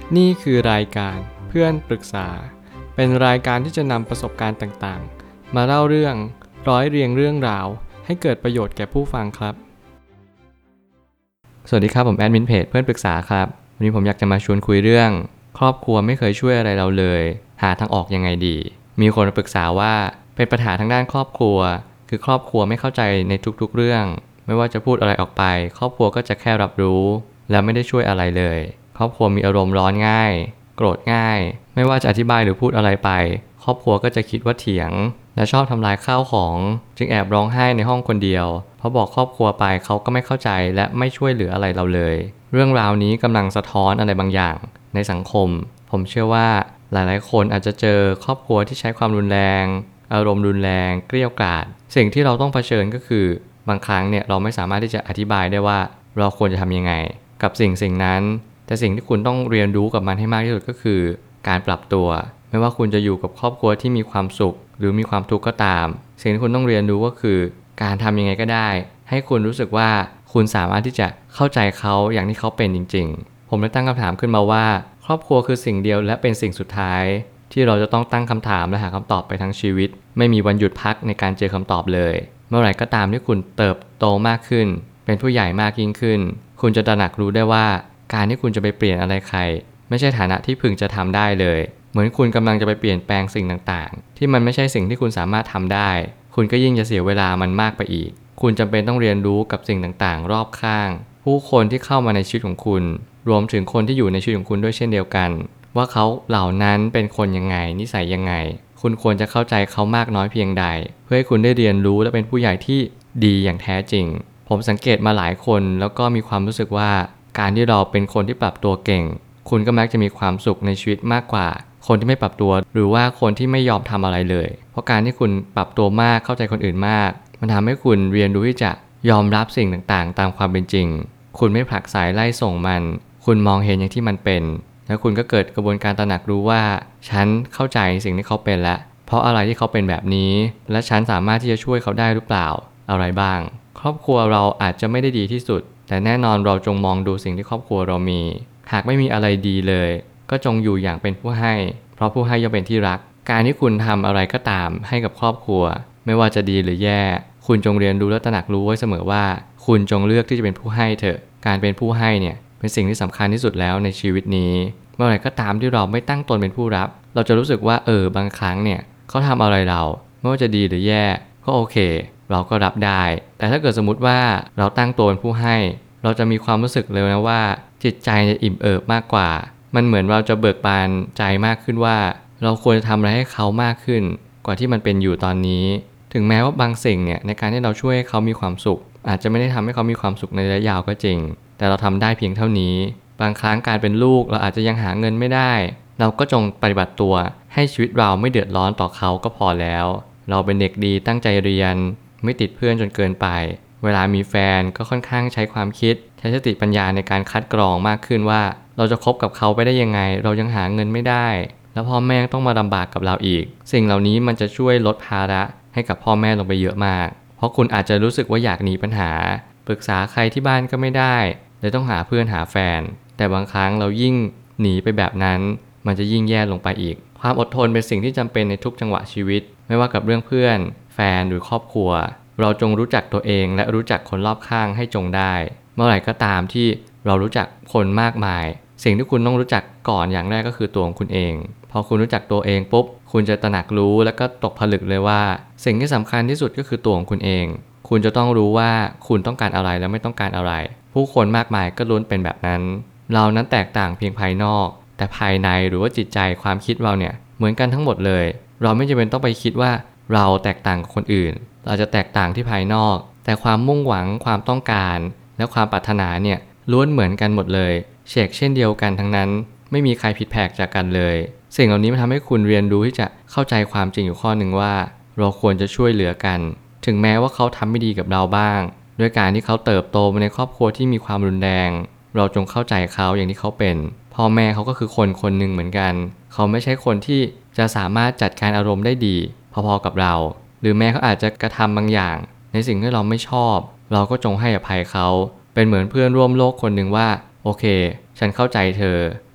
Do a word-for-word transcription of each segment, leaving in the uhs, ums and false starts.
นี่คือรายการเพื่อนปรึกษาเป็นรายการที่จะนำประสบการณ์ต่างๆมาเล่าเรื่องร้อยเรียงเรื่องราวให้เกิดประโยชน์แก่ผู้ฟังครับสวัสดีครับผมแอดมินเพจเพื่อนปรึกษาครับวันนี้ผมอยากจะมาชวนคุยเรื่องครอบครัวไม่เคยช่วยอะไรเราเลยหาทางออกยังไงดีมีคนมาปรึกษาว่าเป็นปัญหาทางด้านครอบครัวคือครอบครัวไม่เข้าใจในทุกๆเรื่องไม่ว่าจะพูดอะไรออกไปครอบครัวก็จะแค่รับรู้แล้วไม่ได้ช่วยอะไรเลยครอบครัวมีอารมณ์ร้อนง่ายโกรธง่ายไม่ว่าจะอธิบายหรือพูดอะไรไปครอบครัวก็จะคิดว่าเถียงและชอบทำลายข้าวของจึงแอบร้องไห้ในห้องคนเดียวเพราะบอกครอบครัวไปเขาก็ไม่เข้าใจและไม่ช่วยเหลืออะไรเราเลยเรื่องราวนี้กำลังสะท้อนอะไรบางอย่างในสังคมผมเชื่อว่าหลายๆคนอาจจะเจอครอบครัวที่ใช้ความรุนแรงอารมณ์รุนแรงเกรี้ยวกราดสิ่งที่เราต้องเผชิญก็คือบางครั้งเนี่ยเราไม่สามารถที่จะอธิบายได้ว่าเราควรจะทำยังไงกับสิ่งสิ่งนั้นแต่สิ่งที่คุณต้องเรียนรู้กับมันให้มากที่สุดก็คือการปรับตัวไม่ว่าคุณจะอยู่กับครอบครัวที่มีความสุขหรือมีความทุกข์ก็ตามสิ่งที่คุณต้องเรียนรู้ก็คือการทำยังไงก็ได้ให้คุณรู้สึกว่าคุณสามารถที่จะเข้าใจเขาอย่างที่เขาเป็นจริงๆผมได้ตั้งคำถามขึ้นมาว่าครอบครัวคือสิ่งเดียวและเป็นสิ่งสุดท้ายที่เราจะต้องตั้งคำถามและหาคำตอบไปทั้งชีวิตไม่มีวันหยุดพักในการเจอคำตอบเลยเมื่อไหร่ก็ตามที่คุณเติบโตมากขึ้นเป็นผู้ใหญ่มากยิ่งขึ้นคุณจะตระหนักรู้ได้ว่าการที่คุณจะไปเปลี่ยนอะไรใครไม่ใช่ฐานะที่พึงจะทำได้เลยเหมือนคุณกำลังจะไปเปลี่ยนแปลงสิ่งต่างๆที่มันไม่ใช่สิ่งที่คุณสามารถทำได้คุณก็ยิ่งจะเสียเวลามันมากไปอีกคุณจำเป็นต้องเรียนรู้กับสิ่งต่างๆรอบข้างผู้คนที่เข้ามาในชีวิตของคุณรวมถึงคนที่อยู่ในชีวิตของคุณด้วยเช่นเดียวกันว่าเขาเหล่านั้นเป็นคนยังไงนิสัยยังไงคุณควรจะเข้าใจเขามากน้อยเพียงใดเพื่อให้คุณได้เรียนรู้และเป็นผู้ใหญ่ที่ดีอย่างแท้จริงผมสังเกตมาหลายคนแล้วก็มีความรู้สึกว่าการที่เราเป็นคนที่ปรับตัวเก่งคุณก็มักจะมีความสุขในชีวิตมากกว่าคนที่ไม่ปรับตัวหรือว่าคนที่ไม่ยอมทำอะไรเลยเพราะการที่คุณปรับตัวมากเข้าใจคนอื่นมากมันทำให้คุณเรียนรู้ที่จะยอมรับสิ่งต่างๆตามความเป็นจริงคุณไม่ผลักไสไล่ส่งมันคุณมองเห็นอย่างที่มันเป็นแล้วคุณก็เกิดกระบวนการตระหนักรู้ว่าฉันเข้าใจสิ่งที่เขาเป็นแล้วเพราะอะไรที่เขาเป็นแบบนี้และฉันสามารถที่จะช่วยเขาได้หรือเปล่าอะไรบ้างครอบครัวเราอาจจะไม่ได้ดีที่สุดแต่แน่นอนเราจงมองดูสิ่งที่ครอบครัวเรามีหากไม่มีอะไรดีเลยก็จงอยู่อย่างเป็นผู้ให้เพราะผู้ให้ย่อมเป็นที่รักการที่คุณทำอะไรก็ตามให้กับครอบครัวไม่ว่าจะดีหรือแย่คุณจงเรียนรู้และตระหนักรู้ไว้เสมอว่าคุณจงเลือกที่จะเป็นผู้ให้เถอะการเป็นผู้ให้เนี่ยเป็นสิ่งที่สำคัญที่สุดแล้วในชีวิตนี้เมื่อไหร่ก็ตามที่เราไม่ตั้งตนเป็นผู้รับเราจะรู้สึกว่าเออบางครั้งเนี่ยเขาทำอะไรเราไม่ว่าจะดีหรือแย่ก็โอเคเราก็รับได้แต่ถ้าเกิดสมมุติว่าเราตั้งตัวเป็นผู้ให้เราจะมีความรู้สึกเลยนะว่าจิตใจจะอิ่มเอิบมากกว่ามันเหมือนเราจะเบิกบานใจมากขึ้นว่าเราควรจะทำอะไรให้เขามากขึ้นกว่าที่มันเป็นอยู่ตอนนี้ถึงแม้ว่าบางสิ่งเนี่ยในการที่เราช่วยให้เขามีความสุขอาจจะไม่ได้ทำให้เขามีความสุขในระยะยาวก็จริงแต่เราทำได้เพียงเท่านี้บางครั้งการเป็นลูกเราอาจจะยังหาเงินไม่ได้เราก็จงปฏิบัติตัวให้ชีวิตเราไม่เดือดร้อนต่อเขาก็พอแล้วเราเป็นเด็กดีตั้งใจเรียนไม่ติดเพื่อนจนเกินไปเวลามีแฟนก็ค่อนข้างใช้ความคิดใช้สติปัญญาในการคัดกรองมากขึ้นว่าเราจะคบกับเขาไปได้ยังไงเรายังหาเงินไม่ได้แล้วพ่อแม่ต้องมาลำบากกับเราอีกสิ่งเหล่านี้มันจะช่วยลดภาระให้กับพ่อแม่ลงไปเยอะมากเพราะคุณอาจจะรู้สึกว่าอยากหนีปัญหาปรึกษาใครที่บ้านก็ไม่ได้เลยต้องหาเพื่อนหาแฟนแต่บางครั้งเรายิ่งหนีไปแบบนั้นมันจะยิ่งแย่ลงไปอีกความอดทนเป็นสิ่งที่จำเป็นในทุกจังหวะชีวิตไม่ว่ากับเรื่องเพื่อนแฟนหรือครอบครัวเราจงรู้จักตัวเองและรู้จักคนรอบข้างให้จงได้เมื่อไหร่ก็ตามที่เรารู้จักคนมากมายสิ่งที่คุณต้องรู้จักก่อนอย่างแรกก็คือตัวของคุณเองพอคุณรู้จักตัวเองปุ๊บคุณจะตระหนักรู้แล้วก็ตกผลึกเลยว่าสิ่งที่สำคัญที่สุดก็คือตัวของคุณเองคุณจะต้องรู้ว่าคุณต้องการอะไรและไม่ต้องการอะไรผู้คนมากมายก็ล้วนเป็นแบบนั้นเรานั้นแตกต่างเพียงภายนอกแต่ภายในหรือว่าจิตใจความคิดเราเนี่ยเหมือนกันทั้งหมดเลยเราไม่จำเป็นต้องไปคิดว่าเราแตกต่างกับคนอื่นเราจะแตกต่างที่ภายนอกแต่ความมุ่งหวังความต้องการและความปรารถนาเนี่ยล้วนเหมือนกันหมดเลยเชกเช่นเดียวกันทั้งนั้นไม่มีใครผิดแผกจากกันเลยสิ่งเหล่านี้มันทำให้คุณเรียนรู้ที่จะเข้าใจความจริงอยู่ข้อหนึ่งว่าเราควรจะช่วยเหลือกันถึงแม้ว่าเขาทำไม่ดีกับเราบ้างด้วยการที่เขาเติบโตมาในครอบครัวที่มีความรุนแรงเราจงเข้าใจเขาอย่างที่เขาเป็นพ่อแม่เขาก็คือคนคนหนึ่งเหมือนกันเขาไม่ใช่คนที่จะสามารถจัดการอารมณ์ได้ดีพอๆกับเราหรือแม้เขาอาจจะกระทำบางอย่างในสิ่งที่เราไม่ชอบเราก็จงให้อภัยเขาเป็นเหมือนเพื่อนร่วมโลกคนหนึ่งว่าโอเคฉันเข้าใจเธอ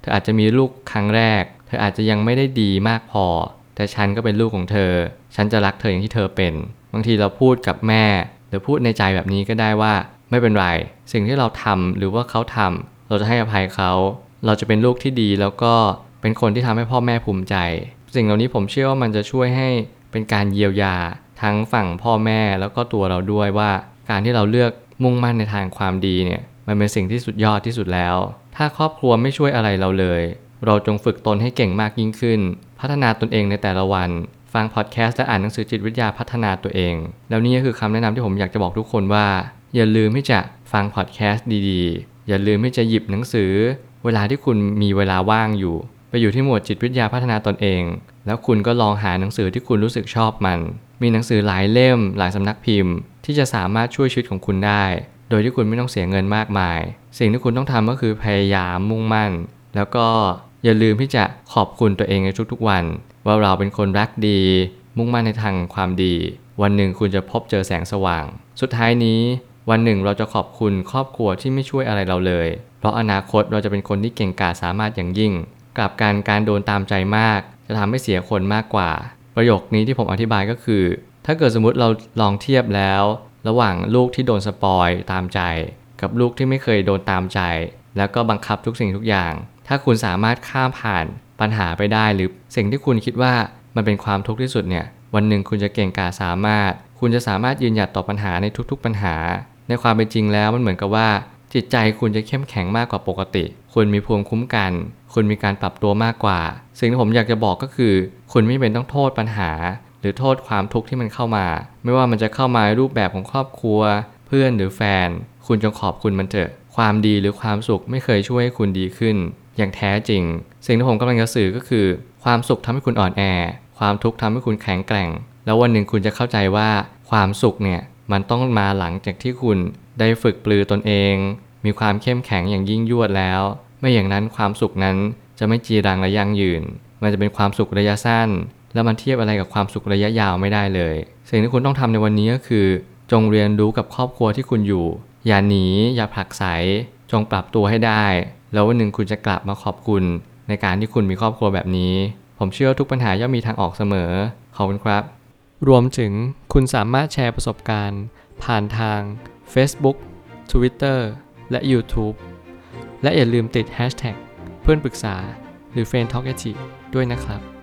ธออาจจะมีลูกครั้งแรกเธออาจจะยังไม่ได้ดีมากพอแต่ฉันก็เป็นลูกของเธอฉันจะรักเธออย่างที่เธอเป็นบางทีเราพูดกับแม่หรือพูดในใจแบบนี้ก็ได้ว่าไม่เป็นไรสิ่งที่เราทำหรือว่าเขาทำเราจะให้อภัยเขาเราจะเป็นลูกที่ดีแล้วก็เป็นคนที่ทำให้พ่อแม่ภูมิใจสิ่งเหล่านี้ผมเชื่อว่ามันจะช่วยให้เป็นการเยียวยาทั้งฝั่งพ่อแม่แล้วก็ตัวเราด้วยว่าการที่เราเลือกมุ่งมั่นในทางความดีเนี่ยมันเป็นสิ่งที่สุดยอดที่สุดแล้วถ้าครอบครัวไม่ช่วยอะไรเราเลยเราจงฝึกตนให้เก่งมากยิ่งขึ้นพัฒนาตนเองในแต่ละวันฟังพอดแคสต์และอ่านหนังสือจิตวิทยาพัฒนาตัวเองแล้วนี่ก็คือคำแนะนำที่ผมอยากจะบอกทุกคนว่าอย่าลืมที่จะฟังพอดแคสต์ดีๆอย่าลืมที่จะหยิบหนังสือเวลาที่คุณมีเวลาว่างอยู่ไปอยู่ที่หมวดจิตวิทยาพัฒนาตนเองแล้วคุณก็ลองหาหนังสือที่คุณรู้สึกชอบมันมีหนังสือหลายเล่มหลายสำนักพิมพ์ที่จะสามารถช่วยชีวิตของคุณได้โดยที่คุณไม่ต้องเสียเงินมากมายสิ่งที่คุณต้องทำก็คือพยายามมุ่งมั่นแล้วก็อย่าลืมที่จะขอบคุณตัวเองในทุกๆวันว่าเราเป็นคนรักดีมุ่งมั่นในทางความดีวันหนึ่งคุณจะพบเจอแสงสว่างสุดท้ายนี้วันหนึ่งเราจะขอบคุณครอบครัวที่ไม่ช่วยอะไรเราเลยเพราะอนาคตเราจะเป็นคนที่เก่งกาจสามารถอย่างยิ่งกลับกันการโดนตามใจมากจะทำให้เสียคนมากกว่าประโยคนี้ที่ผมอธิบายก็คือถ้าเกิดสมมุติเราลองเทียบแล้วระหว่างลูกที่โดนสปอยตามใจกับลูกที่ไม่เคยโดนตามใจแล้วก็บังคับทุกสิ่งทุกอย่างถ้าคุณสามารถข้ามผ่านปัญหาไปได้หรือสิ่งที่คุณคิดว่ามันเป็นความทุกข์ที่สุดเนี่ยวันหนึ่งคุณจะเก่งกาจสามารถคุณจะสามารถยืนหยัดต่อปัญหาในทุกๆปัญหาในความเป็นจริงแล้วมันเหมือนกับว่าจิตใจคุณจะเข้มแข็งมากกว่าปกติคุณมีภูมิคุ้มกันคุณมีการปรับตัวมากกว่าสิ่งที่ผมอยากจะบอกก็คือคุณไม่เป็นต้องโทษปัญหาหรือโทษความทุกข์ที่มันเข้ามาไม่ว่ามันจะเข้ามาในรูปแบบของครอบครัวเพื่อนหรือแฟนคุณจงขอบคุณมันเถอะความดีหรือความสุขไม่เคยช่วยให้คุณดีขึ้นอย่างแท้จริงสิ่งที่ผมกำลังจะสื่อก็คือความสุขทำให้คุณอ่อนแอความทุกข์ทำให้คุณแข็งแกร่งแล้ววันหนึ่งคุณจะเข้าใจว่าความสุขเนี่ยมันต้องมาหลังจากที่คุณได้ฝึกปลือตนเองมีความเข้มแข็งอย่างยิ่งยวดแล้วไม่อย่างนั้นความสุขนั้นจะไม่จีรังและยั่งยืนมันจะเป็นความสุขระยะสั้นแล้วมันเทียบอะไรกับความสุขระยะยาวไม่ได้เลยสิ่งที่คุณต้องทำในวันนี้ก็คือจงเรียนรู้กับครอบครัวที่คุณอยู่อย่าหนีอย่าผลักไสจงปรับตัวให้ได้แล้ววันหนึ่งคุณจะกลับมาขอบคุณในการที่คุณมีครอบครัวแบบนี้ผมเชื่อทุกปัญหาย่อมมีทางออกเสมอขอบคุณครับรวมถึงคุณสามารถแชร์ประสบการณ์ผ่านทาง Facebook Twitter และ YouTube และอย่าลืมติด แฮชแท็ก เพื่อนปรึกษาหรือ เฟรนด์ ทอล์ก ด้วยนะครับ